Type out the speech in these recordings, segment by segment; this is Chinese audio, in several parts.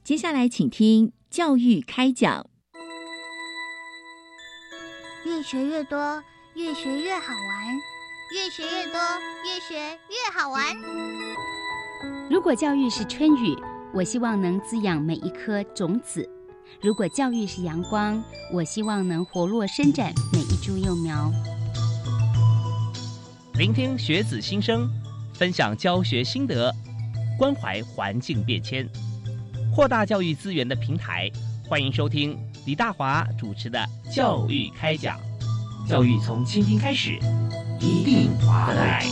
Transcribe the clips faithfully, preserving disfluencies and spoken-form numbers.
接下来请听教育开讲。 越学越多，越学越好玩，越学越多，越学越好玩。 如果教育是春雨，我希望能滋养每一颗种子；如果教育是阳光，我希望能活络伸展每一株幼苗。 聆听学子心声，分享教学心得，关怀环境变迁，扩大教育资源的平台。欢迎收听李大华主持的教育开讲。教育从倾听开始，一定华得来。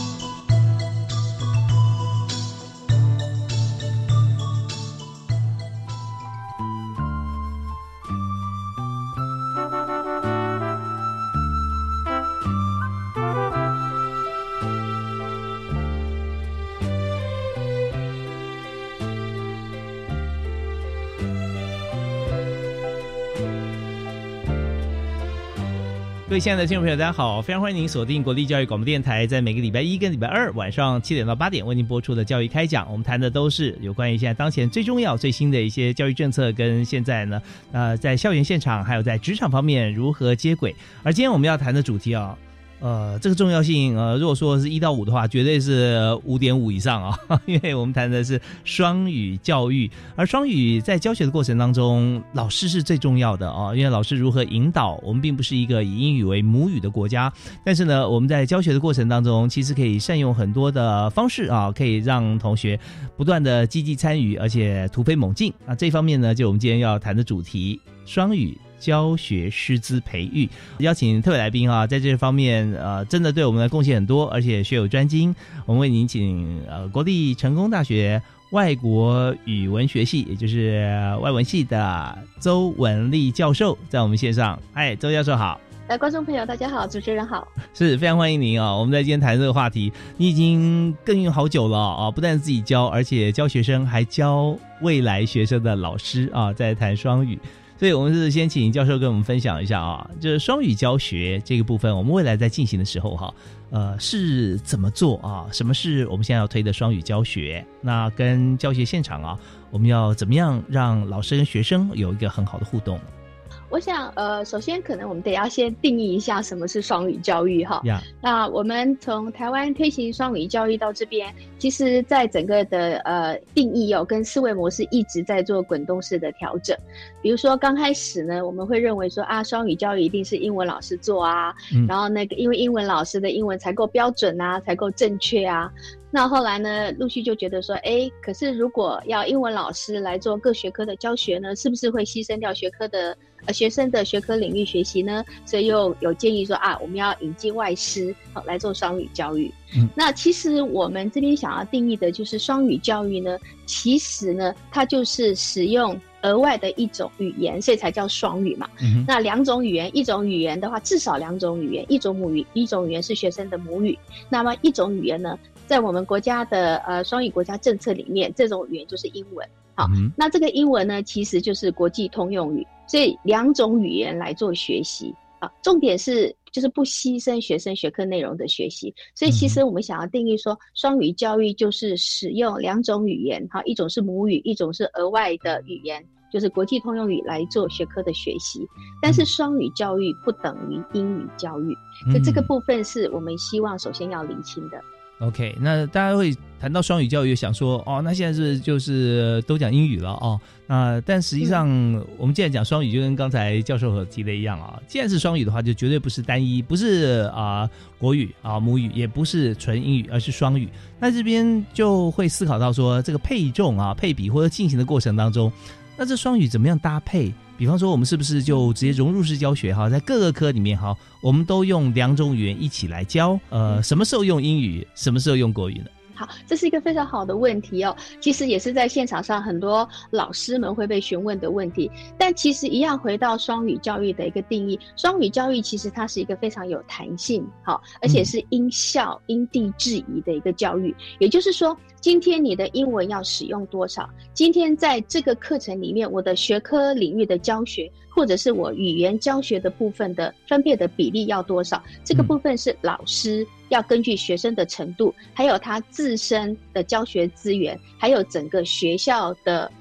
各位亲爱的听众朋友，大家好，非常欢迎您锁定国立教育广播电台，在每个礼拜一跟礼拜二晚上七点到八点为您播出的教育开讲。我们谈的都是有关于现在当前最重要最新的一些教育政策，跟现在呢呃在校园现场还有在职场方面如何接轨。而今天我们要谈的主题啊，呃，这个重要性，呃，如果说是一到五的话，绝对是五点五以上啊，因为我们谈的是双语教育，而双语在教学的过程当中，老师是最重要的啊，因为老师如何引导，我们并不是一个以英语为母语的国家，但是呢，我们在教学的过程当中，其实可以善用很多的方式啊，可以让同学不断的积极参与，而且突飞猛进啊。这方面呢，就我们今天要谈的主题，双语教学师资培育，邀请特别来宾啊，在这方面呃，真的对我们的贡献很多，而且学有专精。我们为您请呃国立成功大学外国语文学系，也就是外文系的周文丽教授在我们线上。嗨，周教授好。 呃，观众朋友大家好，主持人好， 是非常欢迎您啊！我们在今天谈这个话题，你已经耕耘好久了啊，不但自己教，而且教学生，还教未来学生的老师啊，在谈双语。所以我们是先请教授跟我们分享一下啊，就是双语教学这个部分，我们未来在进行的时候哈，呃，是怎么做啊？什么是我们现在要推的双语教学？那跟教学现场啊，我们要怎么样让老师跟学生有一个很好的互动？ 我想，呃，首先可能我们得要先定义一下什么是双语教育哈。Yeah. 那我们从台湾推行双语教育到这边，其实在整个的呃定义哦跟思维模式一直在做滚动式的调整。比如说刚开始呢，我们会认为说啊，双语教育一定是英文老师做啊，嗯、然后那个因为英文老师的英文才够标准啊，才够正确啊。那后来呢，陆续就觉得说，哎，可是如果要英文老师来做各学科的教学呢，是不是会牺牲掉学科的呃学生的学科领域学习呢？所以又有建议说啊，我们要引进外师、哦、来做双语教育。嗯、那其实我们这边想要定义的就是双语教育呢，其实呢，它就是使用额外的一种语言，所以才叫双语嘛。嗯、那两种语言，一种语言的话，至少两种语言，一种母语，一种语言是学生的母语。那么一种语言呢，在我们国家的呃双语国家政策里面，这种语言就是英文。好，嗯、那这个英文呢，其实就是国际通用语，所以两种语言来做学习啊，重点是就是不牺牲学生学科内容的学习。所以其实我们想要定义说，双语教育就是使用两种语言，哈，一种是母语，一种是额外的语言，就是国际通用语来做学科的学习。但是双语教育不等于英语教育，所以这个部分是我们希望首先要厘清的。 OK， 那大家会谈到双语教育，想说哦，那现在是就是都讲英语了哦。那但实际上，嗯、我们既然讲双语，就跟刚才教授所提的一样啊，既然是双语的话，就绝对不是单一，不是啊、呃、国语啊母语，也不是纯英语，而是双语。那这边就会思考到说，这个配重啊、配比或者进行的过程当中，那这双语怎么样搭配？比方说我们是不是就直接融入式教学哈，在各个科里面哈，我们都用两种语言一起来教，呃，什么时候用英语，什么时候用国语呢？ 好，这是一个非常好的问题哦。其实也是在现场上很多老师们会被询问的问题。但其实一样回到双语教育的一个定义，双语教育其实它是一个非常有弹性，好，而且是因校因地制宜的一个教育。也就是说，今天你的英文要使用多少？今天在这个课程里面，我的学科领域的教学，或者是我语言教学的部分的分配的比例要多少？这个部分是老师要根据学生的程度，还有他自身的教学资源，还有整个学校的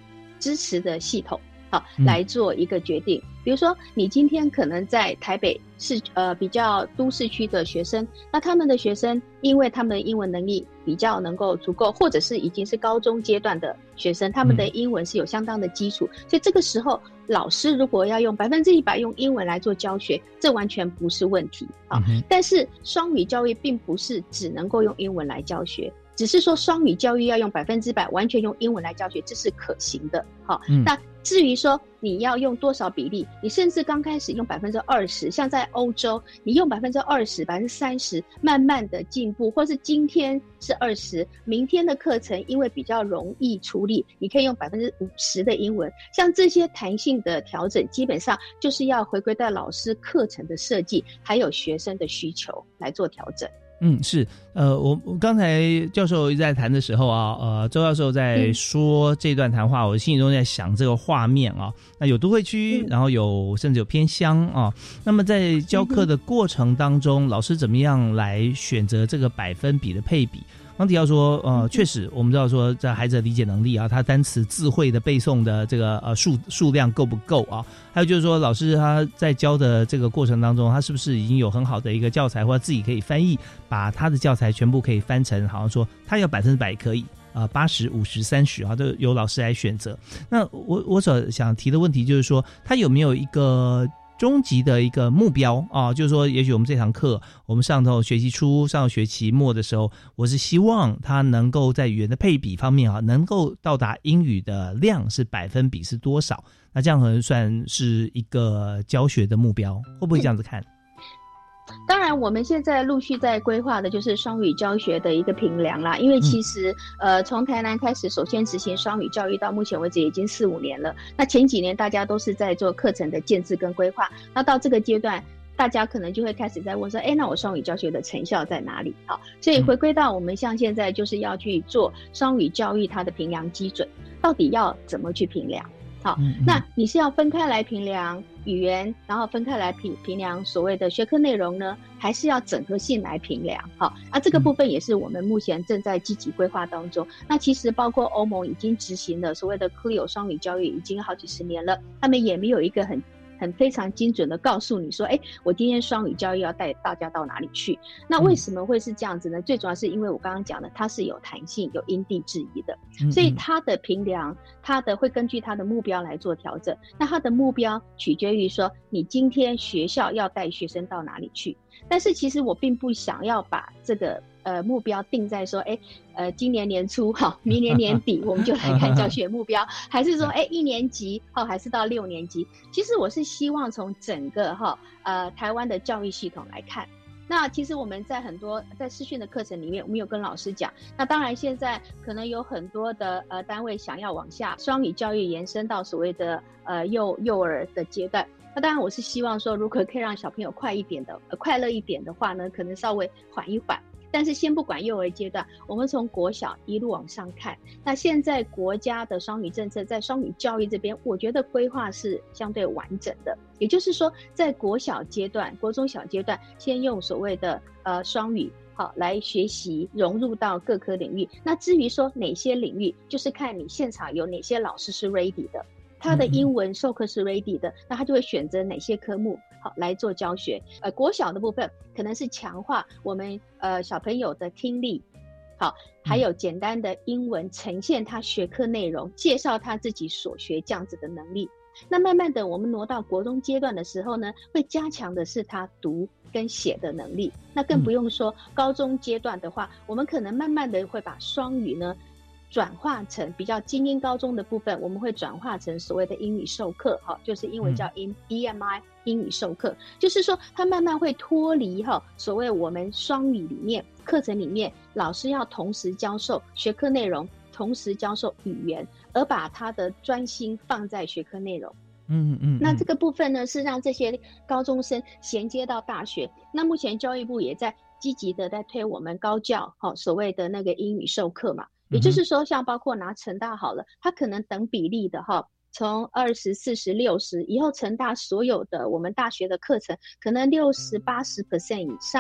支持的系统好来做一个决定。嗯、比如说你今天可能在台北市呃比较都市区的学生，那他们的学生因为他们的英文能力比较能够足够，或者是已经是高中阶段的学生，他们的英文是有相当的基础，嗯、所以这个时候老师如果要用百分之一百用英文来做教学，这完全不是问题啊。嗯、但是双语教育并不是只能够用英文来教学，只是说双语教育要用百分之百完全用英文来教学，这是可行的。好，嗯、那至于说你要用多少比例，你甚至刚开始用百分之二十，像在欧洲，你用百分之二十、百分之三十，慢慢的进步，或是今天是二十，明天的课程因为比较容易处理，你可以用百分之五十的英文。像这些弹性的调整，基本上就是要回归到老师课程的设计，还有学生的需求来做调整。 嗯，是，呃，我我刚才教授一直在谈的时候啊，呃，周教授在说这段谈话，嗯、我心里中在想这个画面啊，那有都会区，嗯、然后有甚至有偏乡啊，那么在教课的过程当中，嗯、老师怎么样来选择这个百分比的配比？刚提到说，呃，确实我们知道说，在孩子的理解能力啊，他单词字汇的背诵的这个呃数数量够不够啊？还有就是说，老师他在教的这个过程当中，他是不是已经有很好的一个教材，或者自己可以翻译，把他的教材全部可以翻成，好像说他要百分之百可以啊，八十、五十、三十啊，都由老师来选择。那我我所想提的问题就是说，他有没有一个终极的一个目标啊，就是说也许我们这堂课我们上头学期初上学期末的时候，我是希望它能够在语言的配比方面啊，能够到达英语的量是百分比是多少，那这样可能算是一个教学的目标，会不会这样子看？ 当然我们现在陆续在规划的就是双语教学的一个评量啦，因为其实、嗯、呃，从台南开始首先执行双语教育到目前为止已经四五年了，那前几年大家都是在做课程的建制跟规划，那到这个阶段大家可能就会开始在问说，哎，那我双语教学的成效在哪里？好，所以回归到我们像现在就是要去做双语教育它的评量基准，到底要怎么去评量？好，那你是要分开来评量语言，然后分开来评评量所谓的学科内容呢，还是要整合性来评量？好，啊，这个部分也是我们目前正在积极规划当中。那其实包括欧盟已经执行了所谓的 C L I O 双语教育已经好几十年了，他们也没有一个很很非常精准的告诉你说，哎，我今天双语教育要带大家到哪里去？那为什么会是这样子呢？嗯、最主要是因为我刚刚讲的，它是有弹性、有因地制宜的，嗯嗯所以它的评量，它的会根据它的目标来做调整。那它的目标取决于说，你今天学校要带学生到哪里去。但是其实我并不想要把这个呃目标定在说，哎，呃，今年年初哈，明年年底我们就来看教学目标，还是说，哎，一年级哈，还是到六年级？其实我是希望从整个哈呃台湾的教育系统来看。那其实我们在很多在视讯的课程里面，我们有跟老师讲，那当然现在可能有很多的呃单位想要往下双语教育延伸到所谓的呃幼幼儿的阶段。那当然我是希望说，如果可以让小朋友快一点的、呃、快乐一点的话呢，可能稍微缓一缓。但是先不管幼儿阶段，我们从国小一路往上看。那现在国家的双语政策在双语教育这边，我觉得规划是相对完整的。也就是说，在国小阶段、国中小阶段，先用所谓的呃双语好来学习，融入到各科领域。那至于说哪些领域，就是看你现场有哪些老师是 ready 的。他的英文授课是 ready 的，那他就会选择哪些科目好来做教学。呃，国小的部分可能是强化我们呃小朋友的听力，好，还有简单的英文呈现他学科内容，介绍他自己所学这样子的能力。那慢慢的我们挪到国中阶段的时候呢，会加强的是他读跟写的能力。那更不用说高中阶段的话，我们可能慢慢的会把双语呢转化成比较精英高中的部分，我们会转化成所谓的英语授课，就是英文叫 E M I 英语授课，就是说它慢慢会脱离所谓我们双语里面课程里面老师要同时教授学科内容，同时教授语言，而把他的专心放在学科内容。嗯嗯，那这个部分呢，是让这些高中生衔接到大学。那目前教育部也在积极的在推我们高教，所谓的那个英语授课嘛。也就是说，像包括拿成大好了，它可能等比例的哈，从二十、四十、六十，以后成大所有的我们大学的课程，可能六十、八十 percent 以上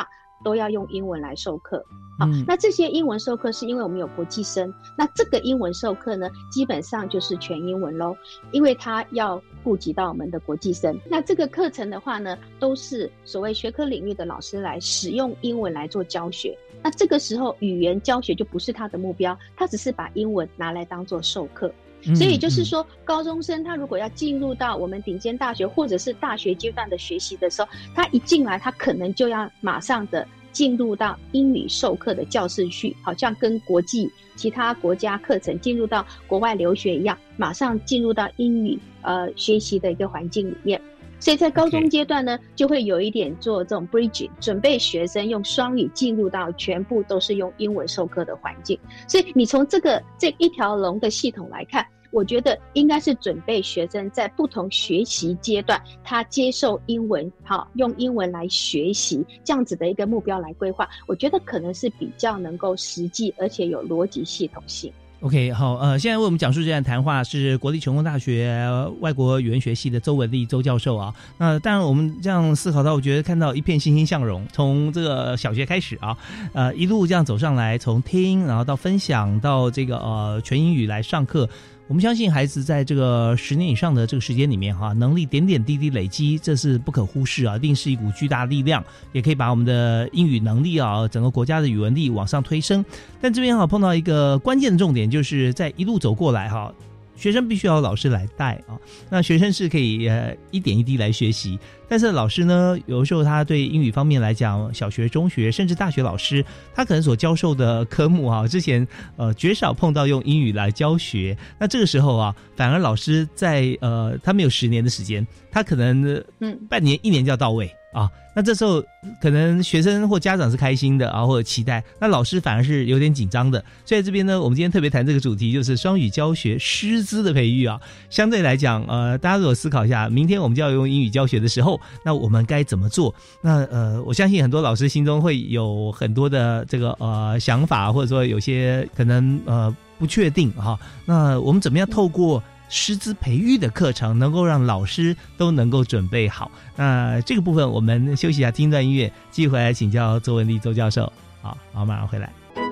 都要用英文来授课。好，嗯，那这些英文授课是因为我们有国际生，那这个英文授课呢，基本上就是全英文咯，因为它要顾及到我们的国际生。那这个课程的话呢，都是所谓学科领域的老师来使用英文来做教学。那这个时候语言教学就不是他的目标，他只是把英文拿来当做授课。所以就是说，高中生他如果要进入到我们顶尖大学或者是大学阶段的学习的时候，他一进来他可能就要马上的进入到英语授课的教室去，好像跟国际其他国家课程进入到国外留学一样，马上进入到英语呃学习的一个环境里面。所以在高中阶段呢， okay. 就会有一点做这种 bridging， 准备学生用双语进入到全部都是用英文授课的环境。所以你从这个这一条龙的系统来看，我觉得应该是准备学生在不同学习阶段，他接受英文，好，用英文来学习，这样子的一个目标来规划，我觉得可能是比较能够实际而且有逻辑系统性。 OK， 好，呃，现在为我们讲述这段谈话是国立成功大学外国语言学系的周文丽周教授啊。那当然，我们这样思考到，我觉得看到一片欣欣向荣，从这个小学开始啊，呃，一路这样走上来，从听，然后到分享，到这个呃全英语来上课。我们相信孩子在这个十年以上的这个时间里面哈，能力点点滴滴累积，这是不可忽视啊，一定是一股巨大力量，也可以把我们的英语能力啊，整个国家的语文力往上推升。但这边哈碰到一个关键的重点，就是在一路走过来哈，学生必须要有老师来带啊。那学生是可以呃一点一滴来学习，但是老师呢，有的时候他对英语方面来讲，小学、中学甚至大学老师，他可能所教授的科目啊，之前呃绝少碰到用英语来教学。那这个时候啊，反而老师在呃他没有十年的时间，他可能嗯半年一年就要到位啊。那这时候可能学生或家长是开心的啊，或者期待，那老师反而是有点紧张的。所以这边呢，我们今天特别谈这个主题，就是双语教学师资的培育啊。相对来讲，呃，大家如果思考一下，明天我们就要用英语教学的时候，那我们该怎么做？那呃，我相信很多老师心中会有很多的这个呃想法，或者说有些可能呃不确定哈。那我们怎么样透过师资培育的课程能够让老师都能够准备好？那这个部分我们休息一下，听一段音乐，继续回来请教周文丽周教授。好，好，马上回来。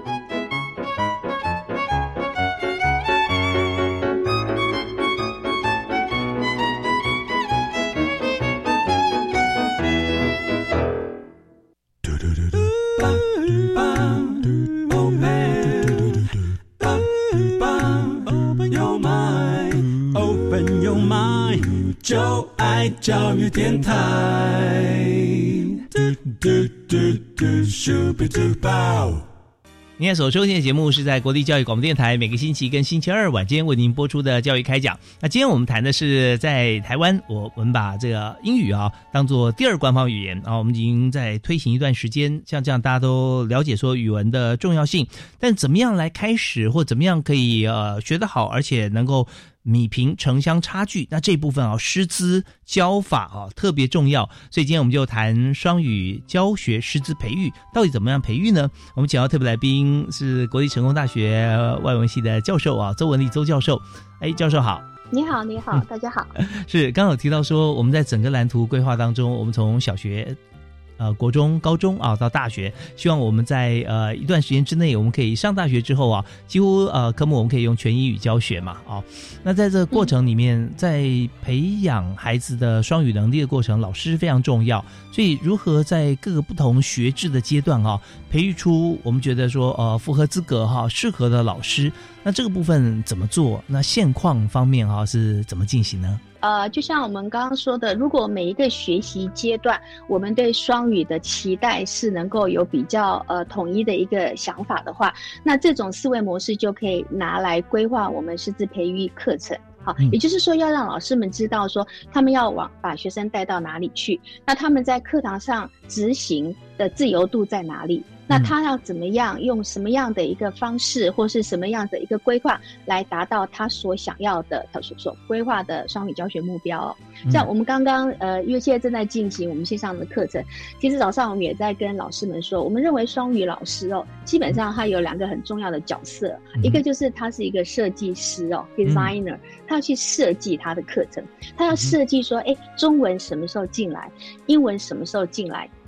就爱教育电台。 您所收听的节目是在国立教育广播电台每个星期跟星期二晚间为您播出的教育开讲。那今天我们谈的是在台湾，我们把这个英语啊当做第二官方语言啊，我们已经在推行一段时间，像这样大家都了解说语文的重要性，但怎么样来开始，或怎么样可以呃学得好，而且能够弭平城乡差距，那这部分啊师资教法啊特别重要，所以今天我们就谈双语教学师资培育，到底怎么样培育呢？我们请到特别来宾是国立成功大学外文系的教授啊，周文丽周教授。哎，教授好。 你好，你好，大家好。 是，刚好提到说我们在整个蓝图规划当中，我们从小学呃，国中、高中啊，到大学，希望我们在呃一段时间之内，我们可以上大学之后啊，几乎呃科目我们可以用全英语教学嘛，啊，那在这个过程里面，在培养孩子的双语能力的过程，老师非常重要。所以，如何在各个不同学制的阶段啊，培育出我们觉得说呃符合资格哈、适合的老师，那这个部分怎么做？那现况方面哈、是怎么进行呢？ 呃，就像我们刚刚说的，如果每一个学习阶段，我们对双语的期待是能够有比较呃统一的一个想法的话，那这种思维模式就可以拿来规划我们师资培育课程。好，也就是说要让老师们知道说他们要往把学生带到哪里去，那他们在课堂上执行的自由度在哪里，那他要怎么样用什么样的一个方式或是什么样的一个规划来达到他所想要的他所所规划的双语教学目标哦。像我们刚刚呃因为现在正在进行我们线上的课程，其实早上我们也在跟老师们说，我们认为双语老师哦基本上他有两个很重要的角色，一个就是他是一个设计师哦 designer， 他要去设计他的课程，他要设计说哎中文什么时候进来，英文什么时候进来，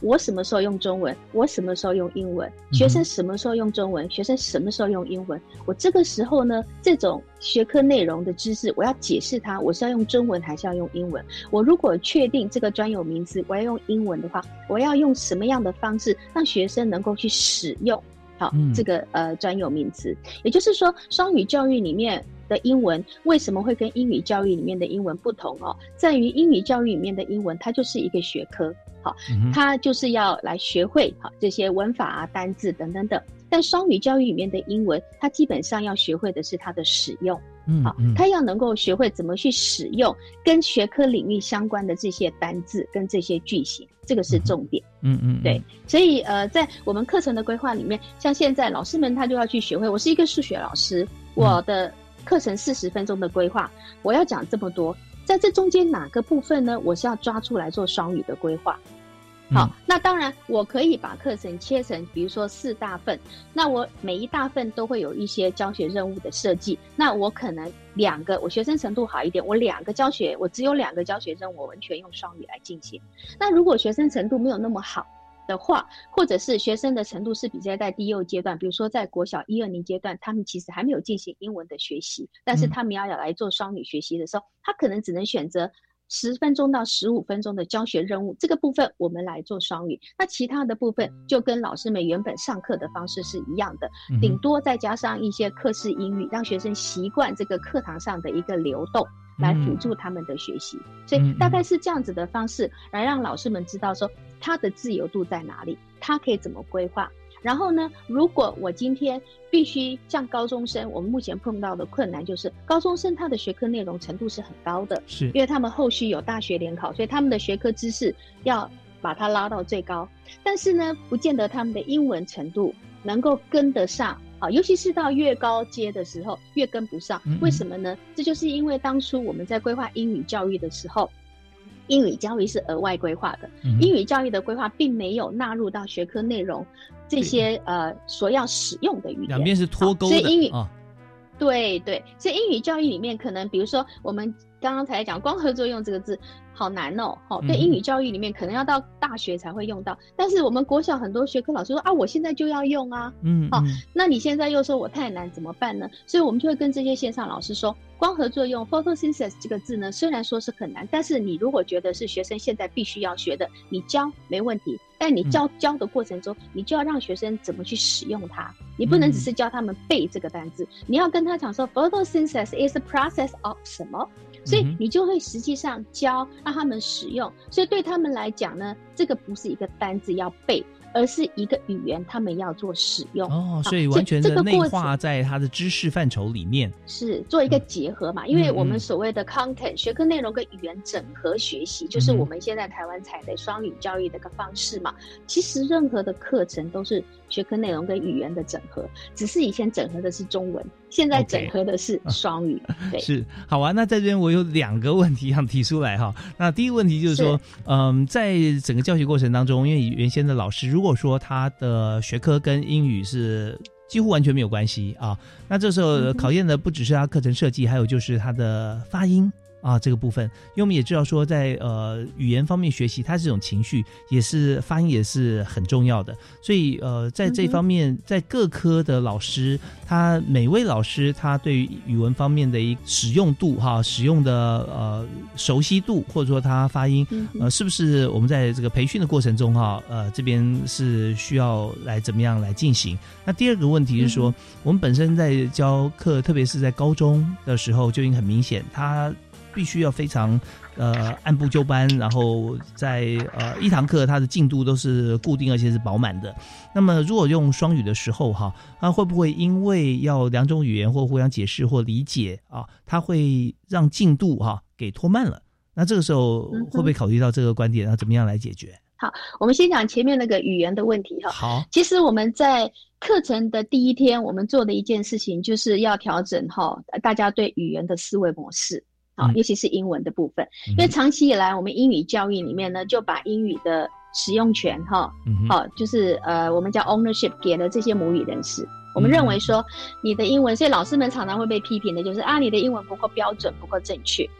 我什么时候用中文，我什么时候用英文，学生什么时候用中文，学生什么时候用英文，我这个时候呢，这种学科内容的知识我要解释它，我是要用中文还是要用英文，我如果确定这个专有名词我要用英文的话，我要用什么样的方式让学生能够去使用好、嗯、这个呃专有名词。也就是说双语教育里面的英文为什么会跟英语教育里面的英文不同哦？在于英语教育里面的英文它就是一个学科，好，它就是要来学会好这些文法啊、单字等等等。但双语教育里面的英文，它基本上要学会的是它的使用，好，它要能够学会怎么去使用跟学科领域相关的这些单字跟这些句型，这个是重点。嗯嗯，对，所以呃，在我们课程的规划里面，像现在老师们他就要去学会，我是一个数学老师，我的课程四十分钟的规划，我要讲这么多，在这中间哪个部分呢？我是要抓出来做双语的规划。好，那当然我可以把课程切成比如说四大份，那我每一大份都会有一些教学任务的设计，那我可能两个，我学生程度好一点，我两个教学，我只有两个教学任务，我完全用双语来进行。那如果学生程度没有那么好的话，或者是学生的程度是比较在低幼阶段，比如说在国小一二年阶段，他们其实还没有进行英文的学习，但是他们要来做双语学习的时候，他可能只能选择十分钟到十五分钟的教学任务，这个部分我们来做双语，那其他的部分就跟老师们原本上课的方式是一样的，顶多再加上一些课室英语，让学生习惯这个课堂上的一个流动，来辅助他们的学习。所以大概是这样子的方式来让老师们知道说他的自由度在哪里，他可以怎么规划。然后呢，如果我今天必须像高中生，我们目前碰到的困难就是高中生他的学科内容程度是很高的，是因为他们后续有大学联考，所以他们的学科知识要把它拉到最高，但是呢不见得他们的英文程度能够跟得上啊，尤其是到越高阶的时候越跟不上。为什么呢？这就是因为当初我们在规划英语教育的时候，英语教育是额外规划的，嗯、英语教育的规划并没有纳入到学科内容这些呃所要使用的语言， 两边是脱钩的。 所以英语、 哦、 对对，所以英语教育里面可能比如说我们刚刚才讲光合作用这个字好难哦，哦对，英语教育里面可能要到大学才会用到，但是我们国小很多学科老师说啊，我现在就要用啊，嗯，好、哦，那你现在又说我太难怎么办呢？所以我们就会跟这些线上老师说，光合作用 photosynthesis 这个字呢，虽然说是很难，但是你如果觉得是学生现在必须要学的，你教没问题，但你教教的过程中，你就要让学生怎么去使用它，你不能只是教他们背这个单字，你要跟他讲说 photosynthesis is a process of 什么，所以你就会实际上教让他们使用，所以对他们来讲呢，这个不是一个单字要背，而是一个语言他们要做使用哦，所以完全的内化在他的知识范畴里面， 是做一个结合嘛、嗯、因为我们所谓的 content、嗯、学科内容跟语言整合学习、嗯、就是我们现在台湾采的双语教育的一个方式嘛。其实任何的课程都是学科内容跟语言的整合，只是以前整合的是中文，现在整合的是双语、okay. 对， 是好啊。那在这边我有两个问题想提出来哈。那第一个问题就是说，嗯，在整个教学过程当中，因为原先的老师如果说他的学科跟英语是几乎完全没有关系啊，那这时候考验的不只是他课程设计，还有就是他的发音啊，这个部分，因为我们也知道说在呃语言方面学习，它这种情绪也是发音也是很重要的，所以呃在这方面，在各科的老师，他每位老师他对于语文方面的一使用度哈，使用的呃熟悉度，或者说他发音呃是不是我们在这个培训的过程中哈，呃这边是需要来怎么样来进行？那第二个问题是说，嗯、我们本身在教课，特别是在高中的时候就已经很明显，他必须要非常呃按部就班，然后在呃一堂课它的进度都是固定而且是饱满的。那么如果用双语的时候哈，它会不会因为要两种语言或互相解释或理解啊，它会让进度哈给拖慢了？那这个时候会不会考虑到这个观点，要怎么样来解决？ 好，我们先讲前面那个语言的问题哈。 好， 其实我们在课程的第一天，我们做的一件事情就是要调整哈大家对语言的思维模式。好，尤其是英文的部分，因为长期以来我们英语教育里面呢，就把英语的使用权哈，好，就是呃我们叫 ownership 给了这些母语人士。我们认为说你的英文，所以老师们常常会被批评的就是啊你的英文不够标准，不够正确。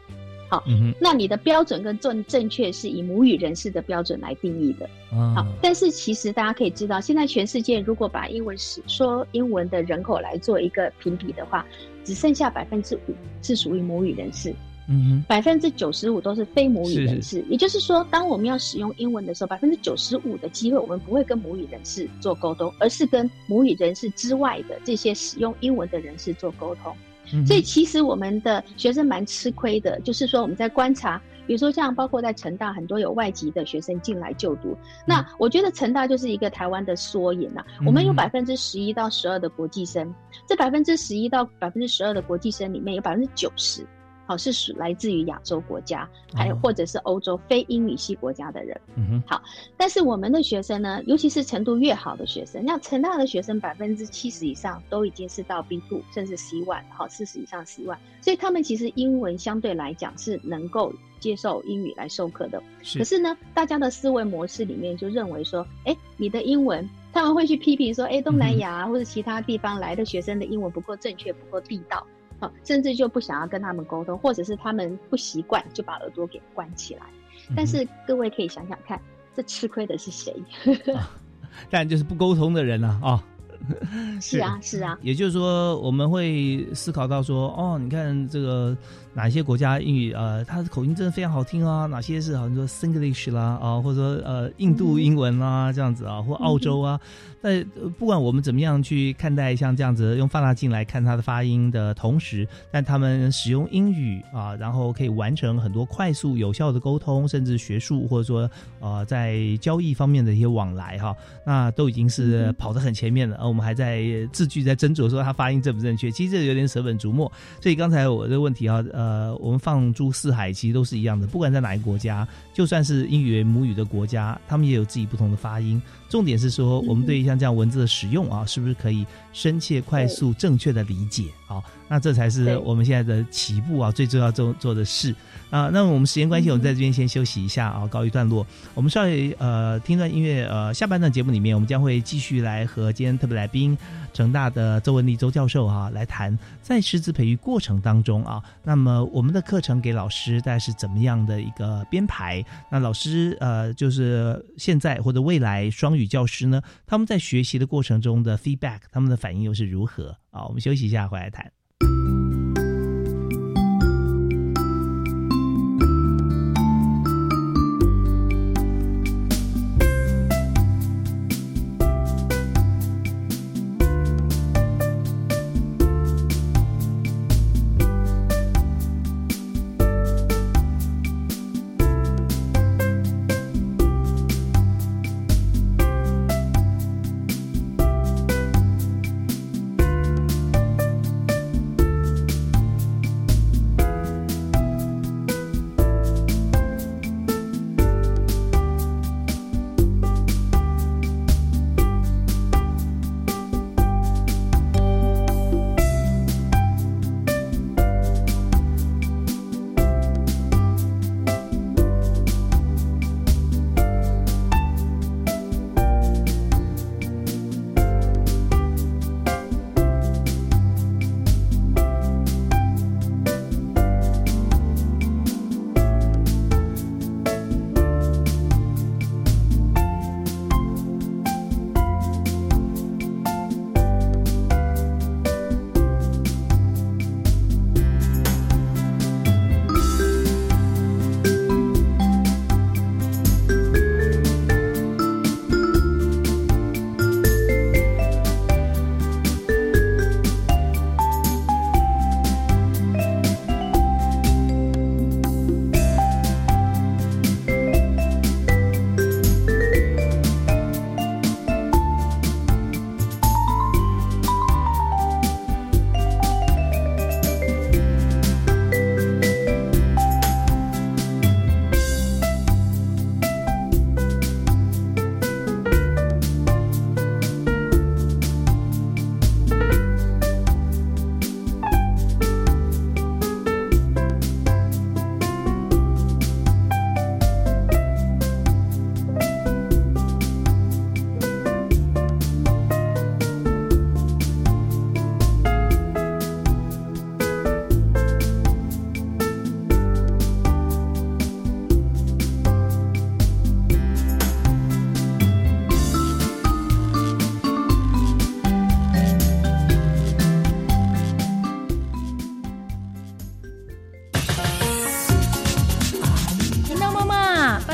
好，嗯、那你的标准跟正正确是以母语人士的标准来定义的。啊、好，但是其实大家可以知道，现在全世界如果把英文说英文的人口来做一个评比的话，只剩下百分之五是属于母语人士。嗯，百分之九十五都是非母语人士，也就是说，当我们要使用英文的时候，百分之九十五的机会我们不会跟母语人士做沟通，而是跟母语人士之外的这些使用英文的人士做沟通。嗯、所以其实我们的学生蛮吃亏的，就是说我们在观察，比如说像包括在成大很多有外籍的学生进来就读，那我觉得成大就是一个台湾的缩影啊。我们有百分之十一到十二的国际生，这百分之十一到百分之十二的国际生里面有百分之九十。好，是属来自于亚洲国家，还有或者是欧洲非英语系国家的人。嗯哼，好，但是我们的学生呢，尤其是程度越好的学生，那成大的学生百分之七十以上都已经是到 B 二 甚至 C 一，好，四十以上 C 一，所以他们其实英文相对来讲是能够接受英语来授课的。是，可是呢，大家的思维模式里面就认为说，哎，你的英文，他们会去批评说，哎，东南亚或者其他地方来的学生的英文不够正确，不够地道。甚至就不想要跟他们沟通，或者是他们不习惯就把耳朵给关起来。但是各位可以想想看，这吃亏的是谁？ 啊、当然就是不沟通的人啊！哦， 是啊，是啊。 也就是说，我们会思考到说，哦，你看这个哪些国家英语，呃，它的口音真的非常好听啊，哪些是好像说 Singlish 啦，啊，或者说呃印度英文啦、嗯、这样子啊，或澳洲啊。但不管我们怎么样去看待像这样子用放大镜来看它的发音的同时，但他们使用英语啊，然后可以完成很多快速有效的沟通，甚至学术或者说呃在交易方面的一些往来哈，那都已经是跑得很前面了。而我们还在字句在斟酌说它发音正不正确，其实这有点舍本逐末。所以刚才我的问题啊，呃，我们放诸四海其实都是一样的，不管在哪一个国家，就算是英语为母语的国家，他们也有自己不同的发音。重点是说，我们对于像这样文字的使用啊，是不是可以深切、快速、正确的理解啊？那这才是我们现在的起步啊，最重要做做的事啊。那我们时间关系，我们在这边先休息一下啊，告一段落。我们稍微呃听段音乐，呃，下半段节目里面，我们将会继续来和今天特别来宾成大的周文丽周教授啊来谈，在师资培育过程当中啊，那么我们的课程给老师大概是怎么样的一个编排？那老师呃，就是现在或者未来双语教师呢，他们在学习的过程中的 feedback， 他们的反应又是如何啊？我们休息一下，回来谈。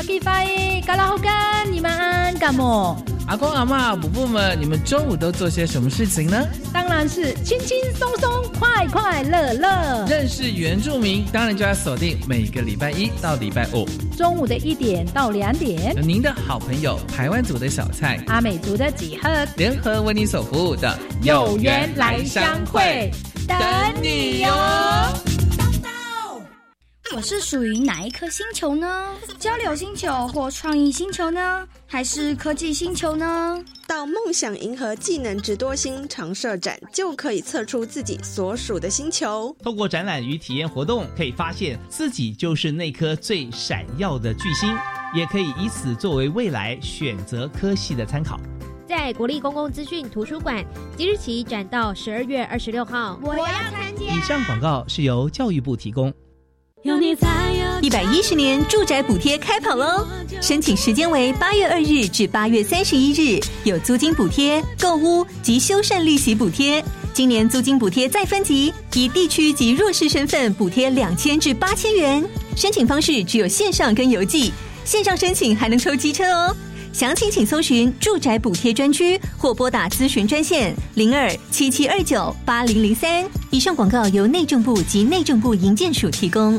发给发耶，嘎拉好干，你们安干么？ 阿公阿嬷、伯伯们，你们中午都做些什么事情呢？ 当然是轻轻松松、快快乐乐。 认识原住民，当然就要锁定每个礼拜一到礼拜五中午的一点到两点， 有您的好朋友台湾族的小菜、 阿美族的几何联合为你所服务的有缘来相会，等你哟。 我是属于哪一颗星球呢？交流星球或创意星球呢？还是科技星球呢？ 到梦想银河技能直多星常设展，就可以测出自己所属的星球。 透过展览与体验活动，可以发现自己就是那颗最闪耀的巨星，也可以以此作为未来选择科系的参考。 在国立公共资讯图书馆，即日起展到十二月二十六号。 我要参加。 以上广告是由教育部提供。 一百一十年住宅补贴开跑喽！申请时间为八月二日至八月三十一日，有租金补贴、购屋及修缮利息补贴。今年租金补贴再分级，以地区及弱势身份补贴两千至八千元。申请方式只有线上跟邮寄，线上申请还能抽机车哦。详情请搜寻住宅补贴专区或拨打咨询专线零二七七二九八零零三。以上广告由内政部及内政部营建署提供。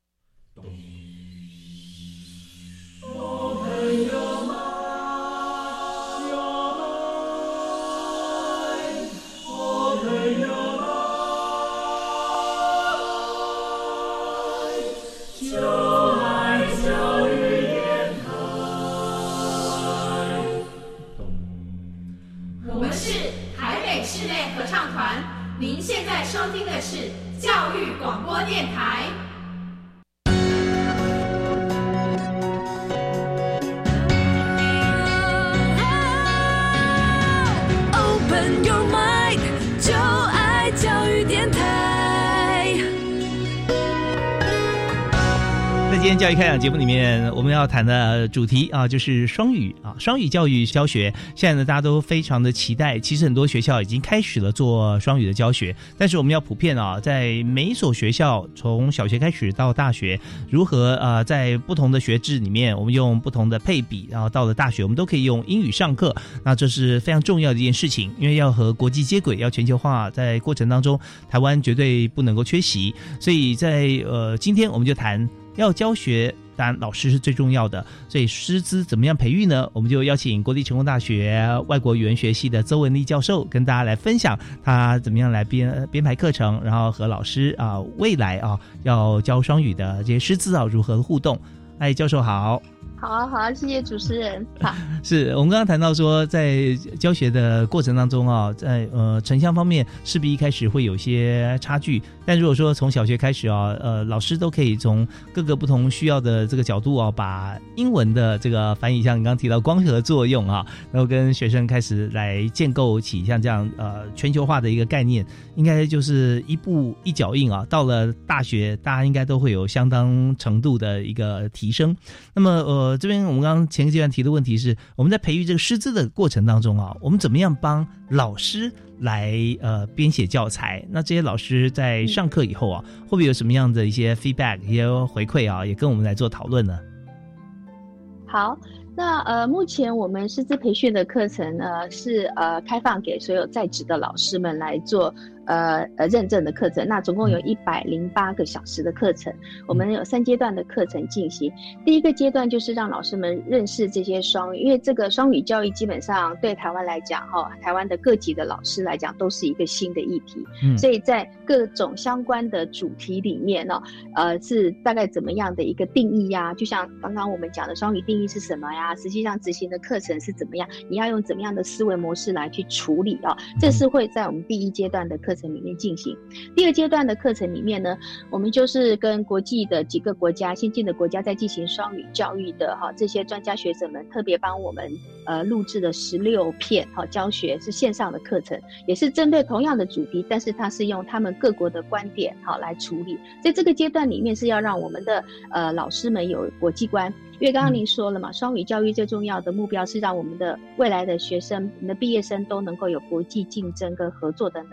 您现在收听的是教育广播电台。Open your mind， 就爱教育电台。 在今天教育开讲节目里面，我们要谈的主题啊，就是双语啊，双语教育教学。现在呢，大家都非常的期待。其实很多学校已经开始了做双语的教学，但是我们要普遍啊，在每一所学校，从小学开始到大学，如何啊，在不同的学制里面，我们用不同的配比，然后到了大学，我们都可以用英语上课。那这是非常重要的一件事情，因为要和国际接轨，要全球化，在过程当中，台湾绝对不能够缺席。所以在呃，今天我们就谈。要教学，当然老师是最重要的，所以师资怎么样培育呢？我们就邀请国立成功大学外国语言学系的邹文丽教授跟大家来分享他怎么样来编编排课程，然后和老师啊未来啊要教双语的这些师资啊如何互动。哎，教授好。 好啊，好啊，谢谢主持人。好， 是我们刚刚谈到说，在教学的过程当中啊，在呃城乡方面势必一开始会有些差距，但如果说从小学开始啊，呃老师都可以从各个不同需要的这个角度啊，把英文的这个翻译，像你刚刚提到光合作用啊，然后跟学生开始来建构起像这样呃全球化的一个概念，应该就是一步一脚印啊，到了大学，大家应该都会有相当程度的一个提升。那么呃。这边我们刚刚前个阶段提的问题是，我们在培育这个师资的过程当中啊，我们怎么样帮老师来呃编写教材？那这些老师在上课以后啊，会不会有什么样的一些 feedback、一些回馈啊，也跟我们来做讨论呢？ 好。那呃，目前我们师资培训的课程呢，是呃开放给所有在职的老师们来做呃呃认证的课程。那总共有一百零八个小时的课程，我们有三阶段的课程进行。第一个阶段就是让老师们认识这些双语，因为这个双语教育基本上对台湾来讲，哈，台湾的各级的老师来讲都是一个新的议题，嗯，所以在各种相关的主题里面呢，呃，是大概怎么样的一个定义呀？就像刚刚我们讲的双语定义是什么呀？实际上执行的课程是怎么样？你要用怎么样的思维模式来去处理啊？这是会在我们第一阶段的课程里面进行。第二阶段的课程里面呢，我们就是跟国际的几个国家、先进的国家在进行双语教育的哈，这些专家学者们特别帮我们呃录制了十六片哈教学，是线上的课程，也是针对同样的主题，但是它是用他们各国的观点好来处理。在这个阶段里面是要让我们的呃老师们有国际观。因为刚刚您说了嘛，双语教育最重要的目标是让我们的未来的学生、我们的毕业生都能够有国际竞争跟合作的能力，我们叫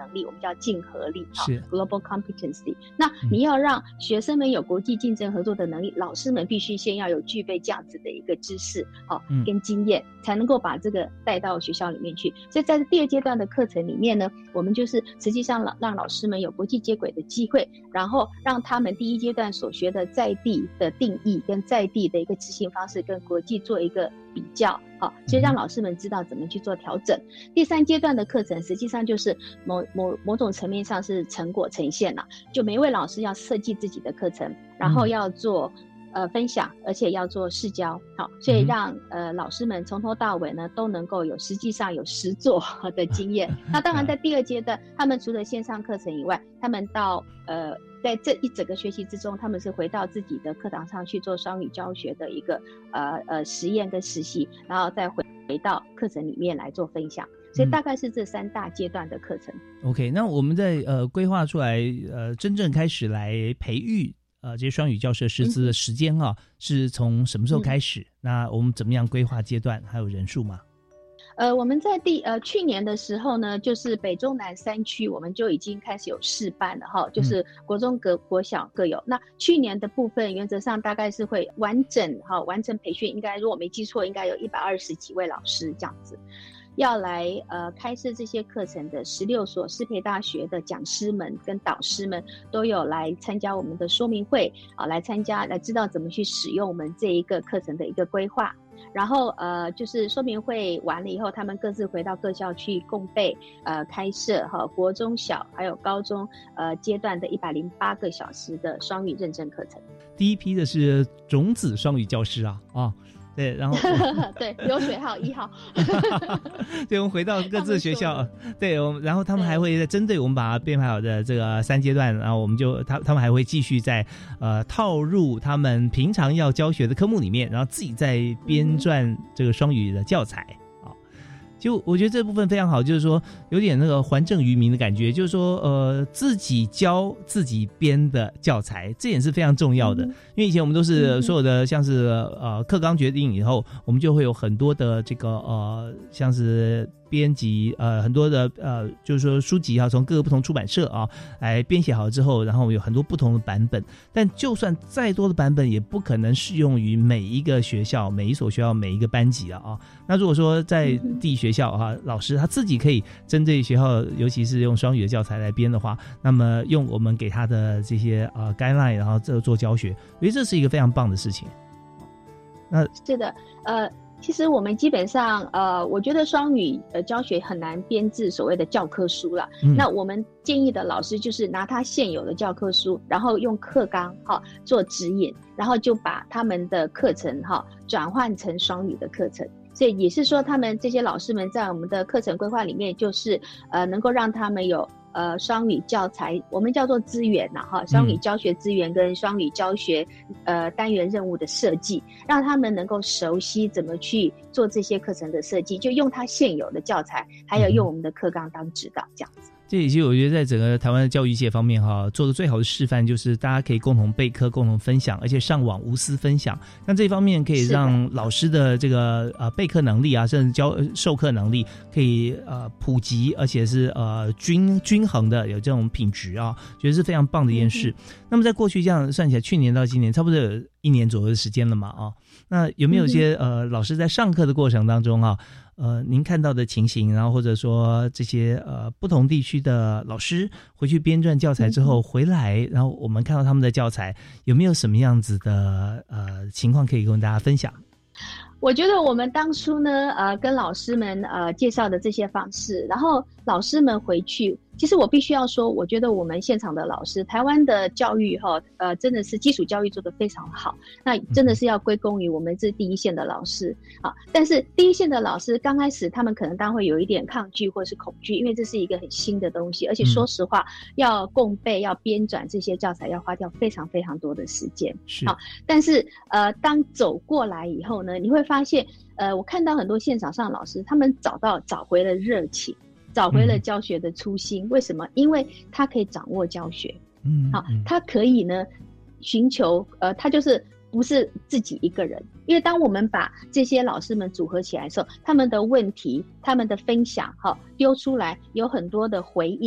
叫竞合力， 是 global competency。那你要让学生们有国际竞争合作的能力，嗯、老师们必须先要有具备这样子的一个知识，好、嗯，跟经验，才能够把这个带到学校里面去。所以在第二阶段的课程里面呢，我们就是实际上让老师们有国际接轨的机会，然后让他们第一阶段所学的在地的定义跟在地的一个执行方式跟国际做一个比较，好，所以让老师们知道怎么去做调整。第三阶段的课程实际上就是某某某种层面上是成果呈现了，就每一位老师要设计自己的课程，然后要做、嗯、呃分享，而且要做试教，好，所以让、嗯、呃老师们从头到尾呢都能够有实际上有实作的经验。那当然在第二阶段，他们除了线上课程以外，他们到呃在这一整个学习之中，他们是回到自己的课堂上去做双语教学的一个呃呃实验跟实习，然后再回回到课程里面来做分享。所以大概是这三大阶段的课程。 嗯、OK， 那我们在呃规划出来呃真正开始来培育呃这些双语教师师资的时间啊、嗯，是从什么时候开始？嗯、那我们怎么样规划阶段，还有人数吗？ 呃，我们在第呃去年的时候呢，就是北中南三区，我们就已经开始有试办了哈，就是国中各国小各有。那去年的部分，原则上大概是会完整哈完成培训，应该如果没记错，应该有一百二十几位老师这样子。要来呃开设这些课程的十六所师培大学的讲师们跟导师们都有来参加我们的说明会啊，来参加来知道怎么去使用我们这一个课程的一个规划。然后呃就是说明会完了以后，他们各自回到各校去共备呃开设哈国中小还有高中呃阶段的一百零八个小时的双语认证课程。 第一批的是种子双语教师啊啊。对，然后对流水号一号， 对，我们回到各自的学校，对，我们然后他们还会针对我们把它编排好的这个三阶段，然后我们就他他们还会继续在呃套入他们平常要教学的科目里面，然后自己再编撰这个双语的教材。就我觉得这部分非常好，就是说有点那个还政于民的感觉，就是说呃自己教自己编的教材，这也是非常重要的。嗯、因为以前我们都是所有的像是呃课纲决定以后，我们就会有很多的这个呃像是编辑呃很多的呃就是说书籍啊，从各个不同出版社啊来编写好之后，然后有很多不同的版本。但就算再多的版本，也不可能适用于每一个学校、每一所学校、每一个班级了啊。那如果说在地学校啊，老师他自己可以针对学校，尤其是用双语的教材来编的话，那么用我们给他的这些呃 guideline， 然后这做教学，我觉得这是一个非常棒的事情。那是的，呃。其实我们基本上，呃，我觉得双语呃教学很难编制所谓的教科书啦。嗯、那我们建议的老师就是拿他现有的教科书，然后用课纲哈做指引，然后就把他们的课程哈转换成双语的课程。所以也是说，他们这些老师们在我们的课程规划里面，就是呃能够让他们有。呃，双语教材我们叫做资源呐，哈，双语教学资源跟双语教学呃单元任务的设计，让他们能够熟悉怎么去做这些课程的设计，就用他现有的教材，还有用我们的课纲当指导，这样子。 这也是我觉得在整个台湾的教育界方面哈，做的最好的示范就是大家可以共同备课、共同分享，而且上网无私分享。那这方面可以让老师的这个呃备课能力啊，甚至教授课能力可以呃普及，而且是呃均均衡的有这种品质啊，觉得是非常棒的一件事。嗯、那么在过去这样算起来，去年到今年差不多有一年左右的时间了嘛啊，那有没有一些、嗯、呃老师在上课的过程当中啊？呃，您看到的情形，然后或者说这些呃不同地区的老师回去编撰教材之后回来，然后我们看到他们的教材，有没有什么样子的呃情况可以跟大家分享？ 我觉得我们当初呢，呃，跟老师们呃介绍的这些方式，然后老师们回去，其实我必须要说，我觉得我们现场的老师，台湾的教育哈，呃，真的是基础教育做得非常好，那真的是要归功于我们这第一线的老师啊。但是第一线的老师刚开始，他们可能当然会有一点抗拒或是恐惧，因为这是一个很新的东西，而且说实话，嗯、要共备、要编纂这些教材，要花掉非常非常多的时间。 是啊，但是呃，当走过来以后呢，你会发现，呃，我看到很多现场上的老师，他们找到找回了热情，找回了教学的初心。嗯、为什么？因为他可以掌握教学，嗯，好，他可以呢寻求，呃，他就是不是自己一个人。因为当我们把这些老师们组合起来的时候，他们的问题、他们的分享，哈，丢出来有很多的回应。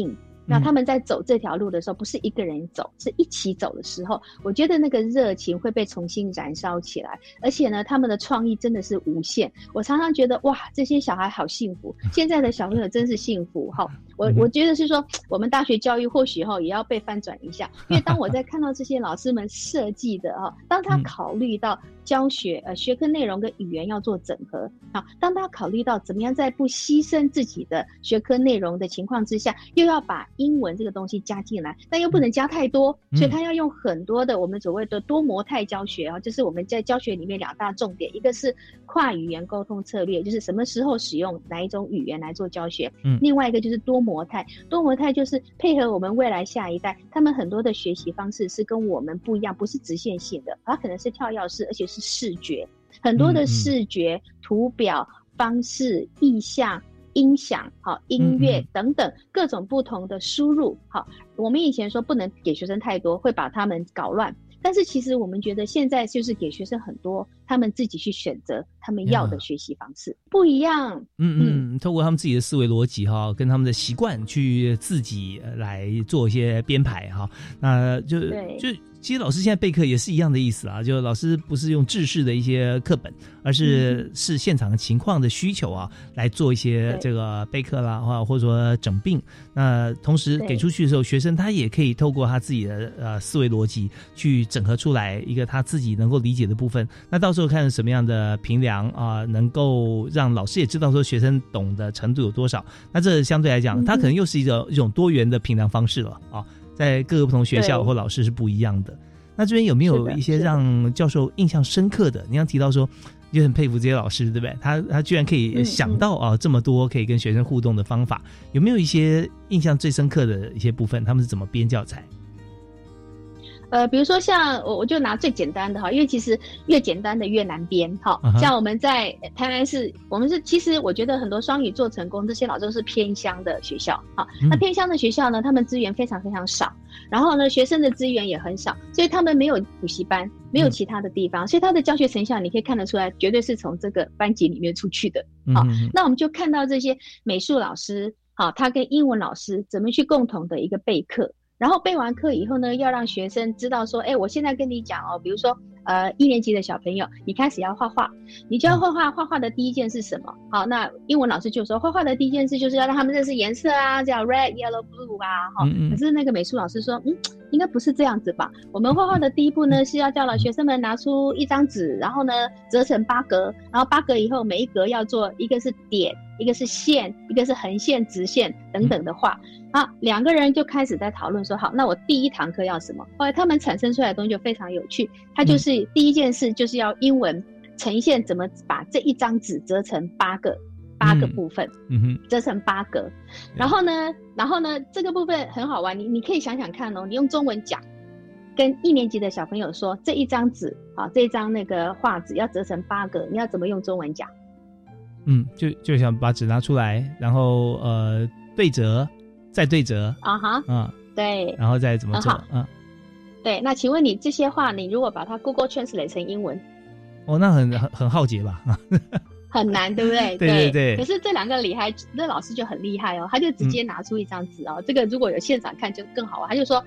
那他们在走这条路的时候，不是一个人走，是一起走的时候，我觉得那个热情会被重新燃烧起来，而且呢，他们的创意真的是无限。我常常觉得，哇，这些小孩好幸福，现在的小朋友真是幸福哈。我我觉得是说，我们大学教育或许哈也要被翻转一下，因为当我在看到这些老师们设计的哈，当他考虑到教学呃学科内容跟语言要做整合啊，当他考虑到怎么样在不牺牲自己的学科内容的情况之下，又要把英文这个东西加进来，但又不能加太多，所以他要用很多的我们所谓的多模态教学啊，就是我们在教学里面两大重点，一个是跨语言沟通策略，就是什么时候使用哪一种语言来做教学，嗯，另外一个就是多模态，多模态就是配合我们未来下一代，他们很多的学习方式是跟我们不一样，不是直线性的，它可能是跳跃式，而且是视觉，很多的视觉、嗯嗯图表、方式、意象、音响、好音乐等等各种不同的输入。好，我们以前说不能给学生太多，会把他们搞乱。但是其实我们觉得现在就是给学生很多，他们自己去选择他们要的学习方式，不一样。 嗯嗯，透过他们自己的思维逻辑哈，跟他们的习惯去自己来做一些编排哈。那就就其实老师现在备课也是一样的意思啊，就老师不是用制式的一些课本，而是、嗯、是现场情况的需求啊，来做一些这个备课啦，或者说整并。那同时给出去的时候，学生他也可以透过他自己的呃思维逻辑去整合出来一个他自己能够理解的部分。那到时候看什么样的评量啊、呃，能够让老师也知道说学生懂的程度有多少。那这相对来讲，它可能又是一种一种多元的评量方式了啊。在各个不同学校或老师是不一样的。那这边有没有一些让教授印象深刻的？你刚提到说，就很佩服这些老师，对不对？他他居然可以想到啊、嗯嗯、这么多可以跟学生互动的方法，有没有一些印象最深刻的一些部分？他们是怎么编教材？ 呃，比如说像我我就拿最简单的哈，因为其实越简单的越难编哈。Uh-huh. 像我们在台湾是，我们是其实我觉得很多双语做成功，这些老师都是偏乡的学校哈、嗯。那偏乡的学校呢，他们资源非常非常少，然后呢，学生的资源也很少，所以他们没有补习班，没有其他的地方，嗯、所以他的教学成效你可以看得出来，绝对是从这个班级里面出去的。好、嗯，那我们就看到这些美术老师，好，他跟英文老师怎么去共同的一个备课。然后备完课以后呢，要让学生知道说，哎，我现在跟你讲哦，比如说，呃，一年级的小朋友，你开始要画画，你就要画画，画画的第一件是什么？好，那英文老师就说，画画的第一件事就是要让他们认识颜色啊，叫 red, yellow, blue 啊，哈、嗯。可是那个美术老师说，嗯，应该不是这样子吧？我们画画的第一步呢，是要叫了学生们拿出一张纸，然后呢折成八格，然后八格以后每一格要做一个是点，一个是线，一个是横线、直线等等的画。啊，两个人就开始在讨论说，好，那我第一堂课要什么？后来他们产生出来的东西就非常有趣，它就是、嗯、第一件事就是要英文呈现怎么把这一张纸折成八个八个部分，嗯哼，折成八格。然后呢，然后呢，这个部分很好玩，你你可以想想看哦，你用中文讲，跟一年级的小朋友说这一张纸啊，这一张那个画纸要折成八个，你要怎么用中文讲？ 嗯，就就想把纸拿出来，然后呃对折。再对折啊哈，嗯，对， 然后再怎么做？嗯， 对。那请问你这些话，你如果把它 Google Translate 成英文， 哦，那很很很浩劫吧？ 很难，对不对？ 对对对。 可是这两个厉害，那老师就很厉害哦，他就直接拿出一张纸哦、嗯，这个如果有现场看就更好玩。他就说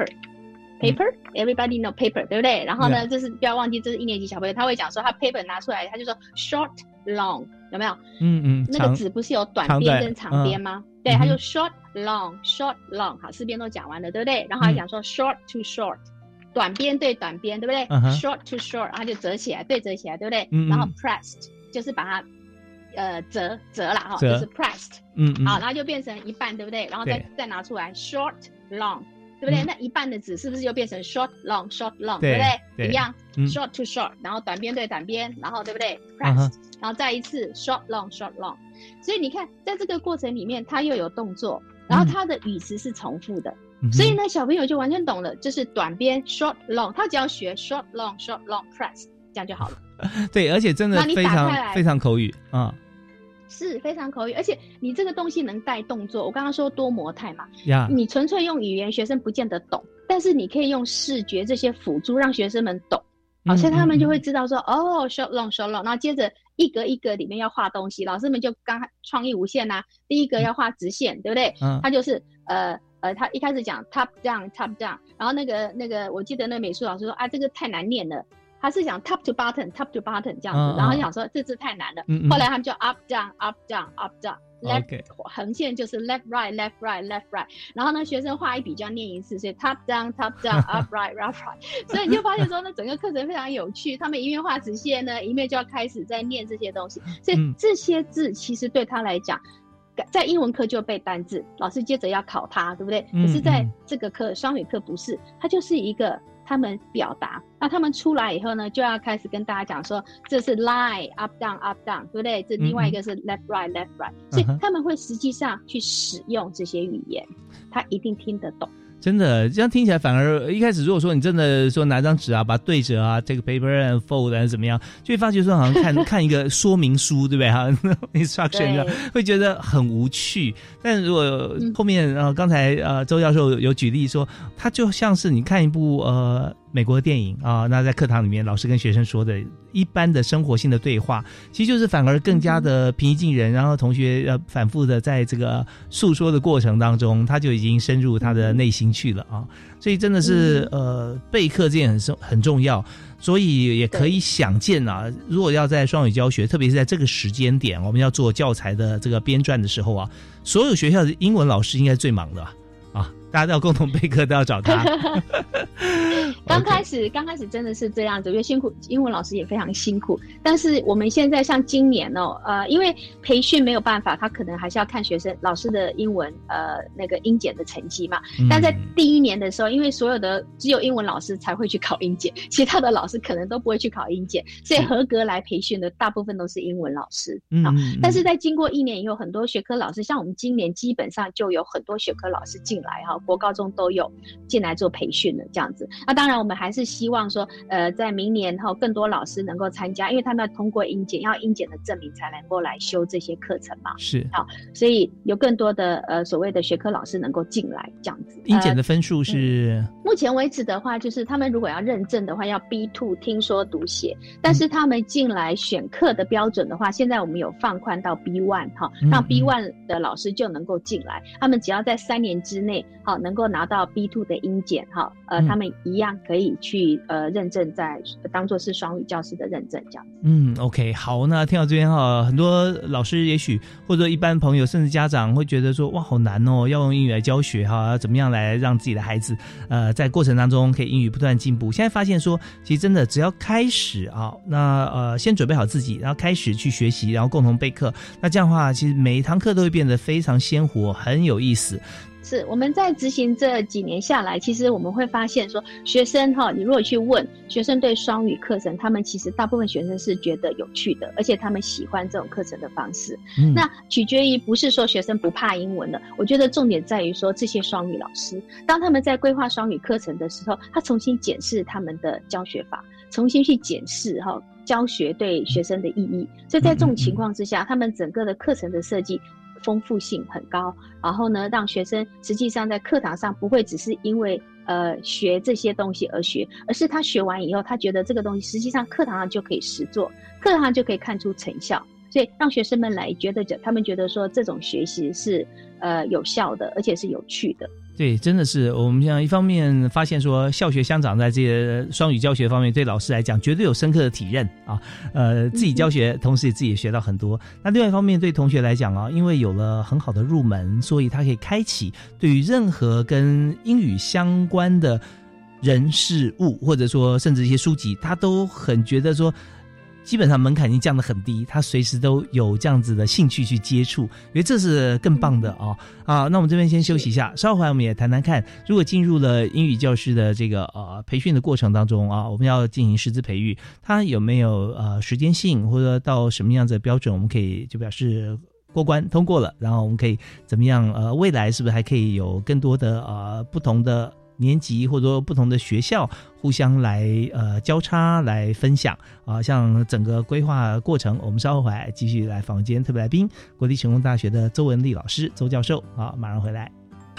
paper，paper，everybody、嗯、know paper， 对不对？然后呢， yeah. 这是不要忘记，这是一年级小朋友，他会讲说他 paper 拿出来，他就说 short，long， 有没有？ 嗯嗯。 那个纸不是有短边跟长边吗？对，他就 short long short long， 好，四边都讲完了，对不对？然后还讲说 short to short， 短边对短边，对不对、uh-huh. ？short to short， 然后就折起来，对折起来，对不对？嗯、然后 pressed 就是把它呃折折了哈，就是 pressed， 嗯嗯，好，然后就变成一半，对不对？然后再再拿出来 short long， 对不对、嗯？那一半的纸是不是就变成 short long short long， 对, 对不对？对一样、嗯、，short to short， 然后短边对短边，然后对不对 ？pressed，、uh-huh. 然后再一次 short long short long。所以你看，在这个过程里面，它又有动作，然后它的语词是重复的，嗯、所以呢，小朋友就完全懂了，就是短边 short long， 他只要学 short long short long press， 这样就好了。 对，而且真的非常非常口语啊、嗯， 是非常口语，而且你这个东西能带动作。我刚刚说多模态嘛， yeah. 你纯粹用语言，学生不见得懂，但是你可以用视觉这些辅助，让学生们懂。好，所以他们就会知道说，嗯、哦 ，short long short long， 然后接着一格一格里面要画东西，老师们就刚创意无限呐、啊。第一个要画直线，对不对？嗯，它就是呃呃，他一开始讲 top down top down， 然后那个那个我记得那个美术老师说啊，这个太难念了。他是讲 top to bottom top to bottom 这样子，嗯、然后想说这字太难了，嗯嗯后来他们就 up down up down up down。left、okay. 横线就是 left right left right left right， 然后呢学生画一笔就要念一次，所以 top down top down up right up right， 所以你就发现说呢整个课程非常有趣，他们一面画直线呢，一面就要开始在念这些东西，所以这些字其实对他来讲。在英文课就背单字，老师接着要考他，对不对？可是在这个课双语课不是，它就是一个他们表达。那他们出来以后呢，就要开始跟大家讲说，这是 line up down up down， 对不对？这另外一个是 left right left right， 所以他们会实际上去使用这些语言，他一定听得懂。 真的这样听起来，反而一开始如果说你真的说拿张纸啊，把它对折啊 take paper and fold 还是怎么样，就会发觉说好像看看一个说明书，对不对哈？instruction 会觉得很无趣。但如果后面呃刚才呃周教授有举例说，它就像是你看一部呃美国的电影啊、呃，那在课堂里面老师跟学生说的一般的生活性的对话，其实就是反而更加的平易近人，然后同学呃反复的在这个诉说的过程当中，他就已经深入他的内心去了啊，所以真的是呃备课这件很很重要，所以也可以想见啊，如果要在双语教学，特别是在这个时间点，我们要做教材的这个编撰的时候啊，所有学校的英文老师应该最忙的吧啊，大家都要共同备课都要找他。 刚开始刚开始真的是这样子，因为辛苦，英文老师也非常辛苦。但是我们现在像今年哦，呃，因为培训没有办法，他可能还是要看学生老师的英文呃那个英检的成绩嘛。嗯、但在第一年的时候，因为所有的只有英文老师才会去考英检，其他的老师可能都不会去考英检，所以合格来培训的大部分都是英文老师。嗯、哦，但是在经过一年以后，很多学科老师，像我们今年基本上就有很多学科老师进来哈、哦，国高中都有进来做培训的这样子。那当然我们还是希望说呃在明年后更多老师能够参加，因为他们要通过英检，要英检的证明才能够来修这些课程嘛。 是， 好，所以有更多的呃所谓的学科老师能够进来这样子。 英检的分数是、呃嗯、目前为止的话，就是他们如果要认证的话要 B 二 听说读写，但是他们进来选课的标准的话，现在我们有放宽到 B 一 哈，让 B 一 的老师就能够进来，他们只要在三年之内好能够拿到 B 二 的英检哈，呃他们一样可以去呃认证在当作是双语教师的认证这样子。 嗯 OK 好，那听到这边哈，很多老师也许或者一般朋友甚至家长会觉得说哇好难哦，要用英语来教学哈，怎么样来让自己的孩子呃在过程当中可以英语不断进步。现在发现说其实真的只要开始啊，那呃先准备好自己，然后开始去学习，然后共同备课，那这样的话其实每一堂课都会变得非常鲜活，很有意思。 是我们在执行这几年下来，其实我们会发现说学生哈，你如果去问学生对双语课程，他们其实大部分学生是觉得有趣的，而且他们喜欢这种课程的方式、嗯、那取决于不是说学生不怕英文的，我觉得重点在于说这些双语老师当他们在规划双语课程的时候，他重新检视他们的教学法，重新去检视哈教学对学生的意义，所以在这种情况之下，他们整个的课程的设计丰富性很高，然后呢让学生实际上在课堂上不会只是因为呃学这些东西而学，而是他学完以后他觉得这个东西实际上课堂上就可以实做，课堂上就可以看出成效，所以让学生们来觉得他们觉得说这种学习是呃有效的，而且是有趣的。 对，真的是我们像一方面发现说校学相长在这些双语教学方面对老师来讲绝对有深刻的体认啊，呃自己教学同时也自己也学到很多。那另外一方面对同学来讲啊，因为有了很好的入门，所以他可以开启对于任何跟英语相关的人事物或者说甚至一些书籍，他都很觉得说基本上门槛已经降得很低，他随时都有这样子的兴趣去接触，因为这是更棒的哦。啊，那我们这边先休息一下，稍后我们也谈谈看，如果进入了英语教师的这个呃培训的过程当中啊，我们要进行师资培育，它有没有呃时间性，或者到什么样子的标准，我们可以就表示过关通过了，然后我们可以怎么样呃未来是不是还可以有更多的呃不同的年级或者说不同的学校互相来呃交叉来分享啊，像整个规划过程，我们稍后回来继续来访问今天特别来宾，国立成功大学的周文丽老师周教授啊，马上回来。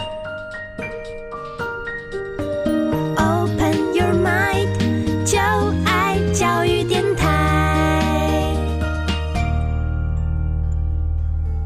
Open your mind， 就爱教育电台。 我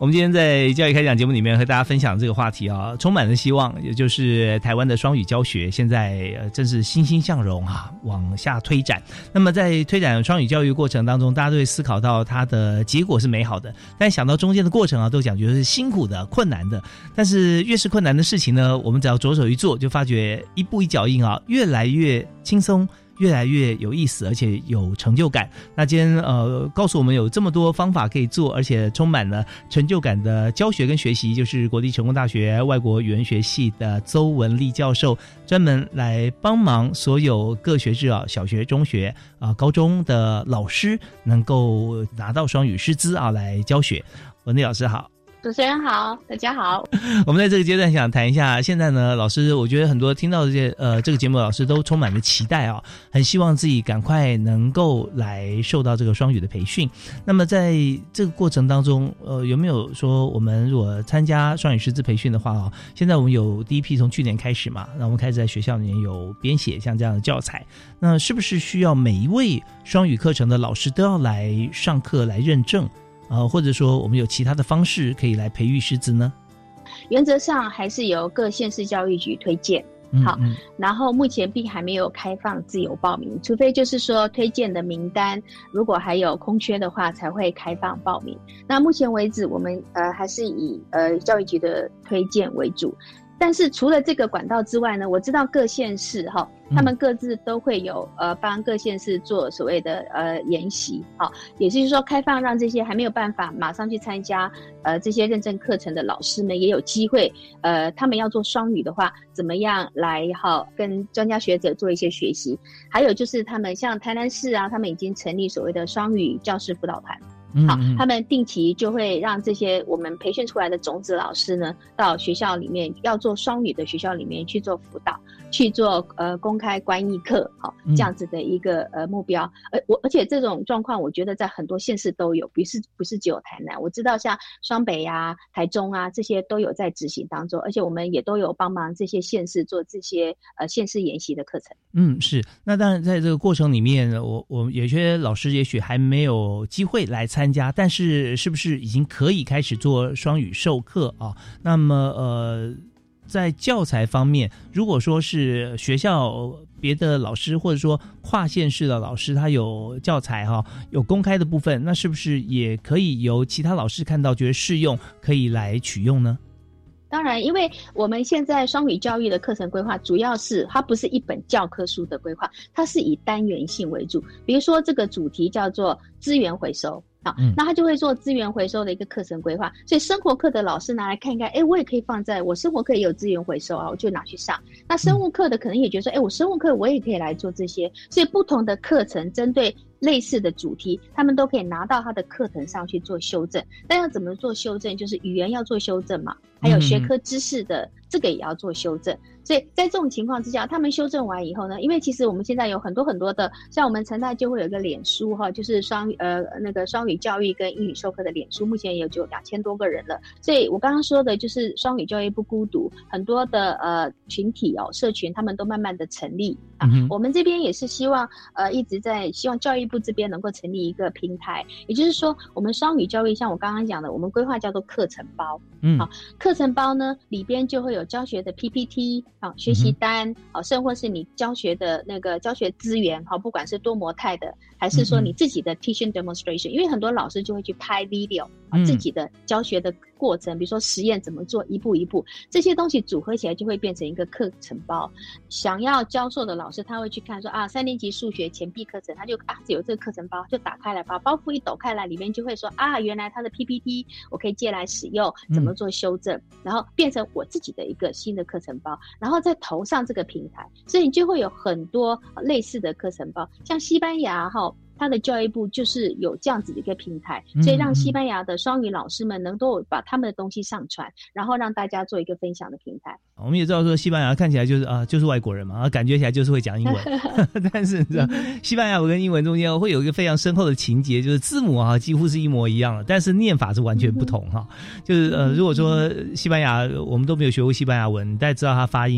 我们今天在教育开讲节目里面和大家分享这个话题啊，充满了希望，也就是台湾的双语教学现在呃正是欣欣向荣啊，往下推展。那么在推展双语教育过程当中，大家都会思考到它的结果是美好的，但想到中间的过程啊，都感觉是辛苦的、困难的。但是越是困难的事情呢，我们只要着手一做，就发觉一步一脚印啊，越来越轻松，越来越有意思，而且有成就感。那今天呃告诉我们有这么多方法可以做，而且充满了成就感的教学跟学习，就是国立成功大学外国语言学系的邹文丽教授，专门来帮忙所有各学制啊，小学、中学啊、高中的老师能够拿到双语师资啊来教学。文丽老师好。 主持人好，大家好。 我们在这个阶段想谈一下，现在呢，老师，我觉得很多听到这些呃这个节目的老师都充满了期待啊，很希望自己赶快能够来受到这个双语的培训。那么在这个过程当中，呃，有没有说我们如果参加双语师资培训的话啊，现在我们有第一批从去年开始嘛，那我们开始在学校里面有编写像这样的教材，那是不是需要每一位双语课程的老师都要来上课来认证？呃，或者说我们有其他的方式可以来培育师资呢？ 原则上还是由各县市教育局推荐。好，嗯嗯，然后目前并还没有开放自由报名，除非就是说推荐的名单如果还有空缺的话才会开放报名。那目前为止我们呃还是以呃教育局的推荐为主。但是除了这个管道之外呢，我知道各县市哈，他们各自都会有呃帮各县市做所谓的呃研习，好，也就是说开放让这些还没有办法马上去参加呃这些认证课程的老师们也有机会，呃他们要做双语的话，怎么样来好跟专家学者做一些学习。还有就是他们像台南市啊，他们已经成立所谓的双语教师辅导团。好，他们定期就会让这些我们培训出来的种子老师呢，到学校里面要做双语的学校里面去做辅导，去做呃公开观译课，好，这样子的一个呃目标。而我而且这种状况，我觉得在很多县市都有，不是不是只有台南。我知道像双北啊、台中啊这些都有在执行当中，而且我们也都有帮忙这些县市做这些呃县市研习的课程。 嗯，是。那当然在这个过程里面，我我有些老师也许还没有机会来参。参加，但是是不是已经可以开始做双语授课啊？那么呃，在教材方面，如果说是学校别的老师或者说跨县市的老师，他有教材哈、啊，有公开的部分，那是不是也可以由其他老师看到觉得适用，可以来取用呢？ 当然，因为我们现在双语教育的课程规划主要是它不是一本教科书的规划，它是以单元性为主。比如说这个主题叫做资源回收。好，那他就会做资源回收的一个课程规划，所以生活课的老师拿来看一看，哎，我也可以放在我生活课也有资源回收啊，我就拿去上。那生物课的可能也觉得说，哎，我生物课我也可以来做这些，所以不同的课程针对类似的主题，他们都可以拿到他的课程上去做修正。但要怎么做修正？就是语言要做修正嘛，还有学科知识的这个也要做修正。所以在这种情况之下，他们修正完以后呢，因为其实我们现在有很多很多的，像我们成大就会有一个脸书哈，就是双呃那个双语教育跟英语授课的脸书，目前也就有两千多个人了。所以我刚刚说的就是双语教育不孤独，很多的呃群体哦社群，他们都慢慢的成立啊。嗯、我们这边也是希望呃一直在希望教育部这边能够成立一个平台，也就是说我们双语教育像我刚刚讲的，我们规划叫做课程包，嗯，好，课程包呢里边就会有教学的 P P T。好，学习单，好，甚或是你教学的那个教学资源，好，不管是多模态的，还是说你自己的 teaching demonstration，、嗯、因为很多老师就会去拍 video，、嗯、自己的教学的过程，比如说实验怎么做，一步一步，这些东西组合起来就会变成一个课程包。想要教授的老师，他会去看说啊，三年级数学前臂课程，他就啊有这个课程包，就打开来，把包袱一抖开来，里面就会说啊，原来他的 P P T 我可以借来使用，怎么做修正，嗯、然后变成我自己的一个新的课程包，然后再投上这个平台，所以你就会有很多类似的课程包，像西班牙哈。它的教育部就是有这样子的一个平台，所以让西班牙的双语老师们能够把他们的东西上传，然后让大家做一个分享的平台。 我们也知道说西班牙看起来就是啊、呃、就是外国人嘛，感觉起来就是会讲英文，但是你知道西班牙文跟英文中间会有一个非常深厚的情节，就是字母啊几乎是一模一样的，但是念法是完全不同哈。就是呃如果说西班牙我们都没有学过西班牙文，你大概知道它发音，你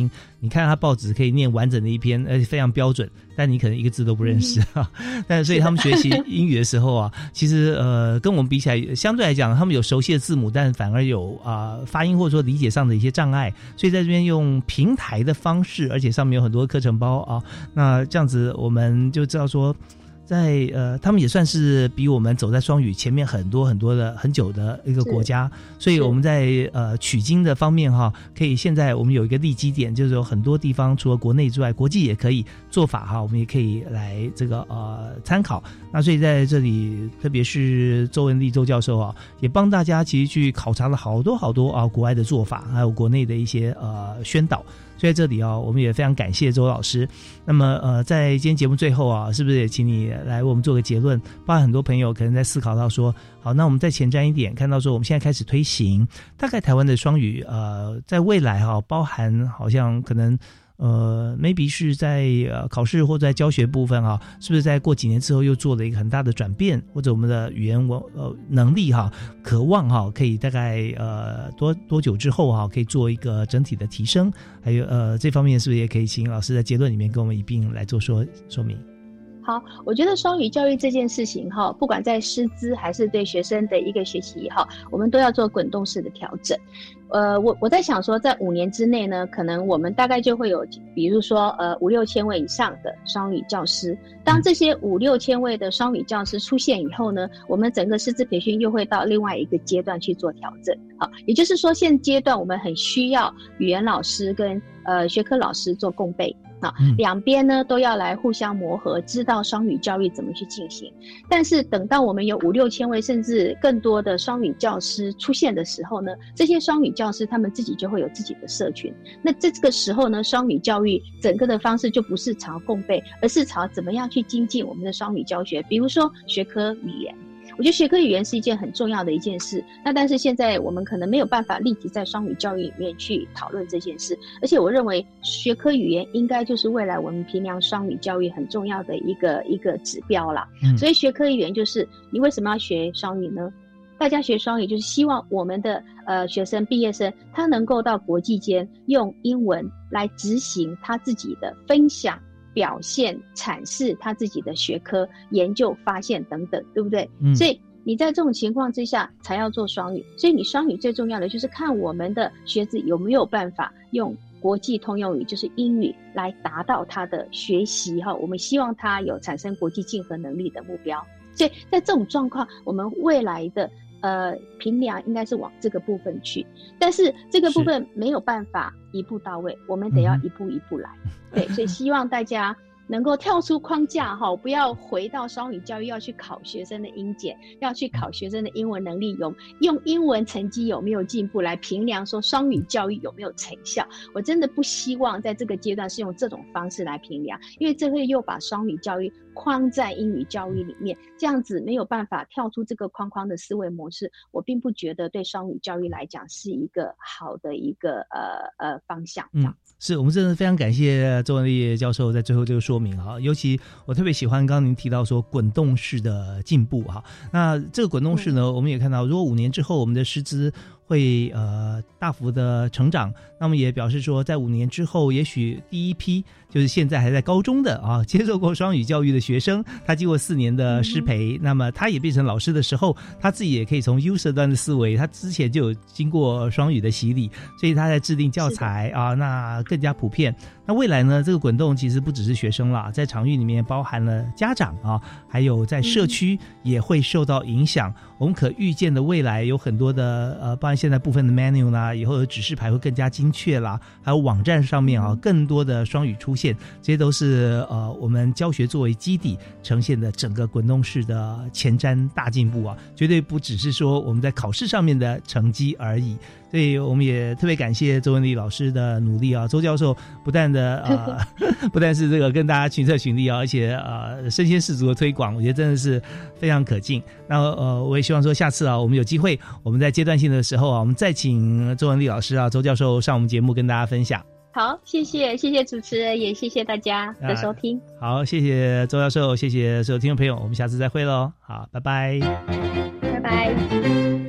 你看他报纸可以念完整的一篇，而且非常标准，但你可能一个字都不认识啊。嗯、但所以他们学习英语的时候啊，其实呃跟我们比起来，相对来讲，他们有熟悉的字母，但反而有啊、呃、发音或者说理解上的一些障碍。所以在这边用平台的方式，而且上面有很多课程包啊，那这样子我们就知道说。在呃，他们也算是比我们走在双语前面很多很多的很久的一个国家，所以我们在呃取经的方面哈，可以现在我们有一个立基点，就是有很多地方除了国内之外，国际也可以做法哈，我们也可以来这个呃参考。那所以在这里，特别是周文丽周教授啊，也帮大家其实去考察了好多好多啊国外的做法，还有国内的一些呃宣导。所以在这里啊，我们也非常感谢周老师。那么呃，在今天节目最后啊，是不是也请你来为我们做个结论？包含很多朋友可能在思考到说，好，那我们再前瞻一点，看到说我们现在开始推行，大概台湾的双语呃，在未来哈、啊，包含好像可能。呃 maybe 是在呃考试或在教学部分啊，是不是在过几年之后又做了一个很大的转变，或者我们的语言文呃能力哈、啊，渴望哈、啊、可以大概呃多多久之后哈、啊、可以做一个整体的提升，还有呃这方面是不是也可以请老师在结论里面跟我们一并来做说说明？ 好，我觉得双语教育这件事情哈，不管在师资还是对学生的一个学习哈，我们都要做滚动式的调整。呃，我我在想说，在五年之内呢，可能我们大概就会有，比如说呃五六千位以上的双语教师。当这些五六千位的双语教师出现以后呢，我们整个师资培训又会到另外一个阶段去做调整。好，也就是说，现阶段我们很需要语言老师跟呃学科老师做共备。啊，两边呢都要来互相磨合，知道双语教育怎么去进行。但是等到我们有五六千位甚至更多的双语教师出现的时候呢，这些双语教师他们自己就会有自己的社群。那这个时候呢，双语教育整个的方式就不是朝共备，而是朝怎么样去精进我们的双语教学。比如说学科语言。我觉得学科语言是一件很重要的一件事，那但是现在我们可能没有办法立即在双语教育里面去讨论这件事，而且我认为学科语言应该就是未来我们评量双语教育很重要的一个一个指标啦。嗯、所以学科语言就是你为什么要学双语呢？大家学双语就是希望我们的呃学生毕业生他能够到国际间用英文来执行他自己的分享。表现阐释他自己的学科研究发现等等，对不对？嗯、所以你在这种情况之下才要做双语，所以你双语最重要的就是看我们的学子有没有办法用国际通用语，就是英语来达到他的学习哈。我们希望他有产生国际竞合能力的目标，所以在这种状况，我们未来的呃评量应该是往这个部分去，但是这个部分没有办法一步到位，我们得要一步一步来。嗯对，所以希望大家能够跳出框架哈，不要回到双语教育要去考学生的英检，要去考学生的英文能力，有用英文成绩有没有进步来评量说双语教育有没有成效。我真的不希望在这个阶段是用这种方式来评量，因为这会又把双语教育框在英语教育里面，这样子没有办法跳出这个框框的思维模式，我并不觉得对双语教育来讲是一个好的一个呃呃方向。这样。嗯是我们真的非常感谢周文丽教授在最后这个说明哈，尤其我特别喜欢刚刚您提到说滚动式的进步哈。那这个滚动式呢，嗯、我们也看到，如果五年之后我们的师资会呃大幅的成长，那么也表示说，在五年之后，也许第一批就是现在还在高中的啊，接受过双语教育的学生，他经过四年的师培，嗯、那么他也变成老师的时候，他自己也可以从 user 端的思维，他之前就有经过双语的洗礼，所以他在制定教材啊，那更加普遍。那未来呢，这个滚动其实不只是学生啦，在场域里面包含了家长啊，还有在社区也会受到影响。嗯、我们可预见的未来有很多的呃，包含现在部分的 menu 啦，以后的指示牌会更加精确啦，还有网站上面啊更多的双语出现，这些都是呃我们教学作为基底呈现的整个滚动式的前瞻大进步啊，绝对不只是说我们在考试上面的成绩而已。所以我们也特别感谢周文丽老师的努力啊，周教授不但的呃不但是这个跟大家群策群力啊，而且呃身先士卒的推广，我觉得真的是非常可敬。那呃我也希望说下次啊，我们有机会我们在阶段性的时候啊，我们再请周文丽老师啊，周教授上我们节目跟大家分享。 好，谢谢谢谢主持人，也谢谢大家的收听。 啊、好，谢谢周教授，谢谢所有听众朋友，我们下次再会咯。好，拜拜， 拜拜。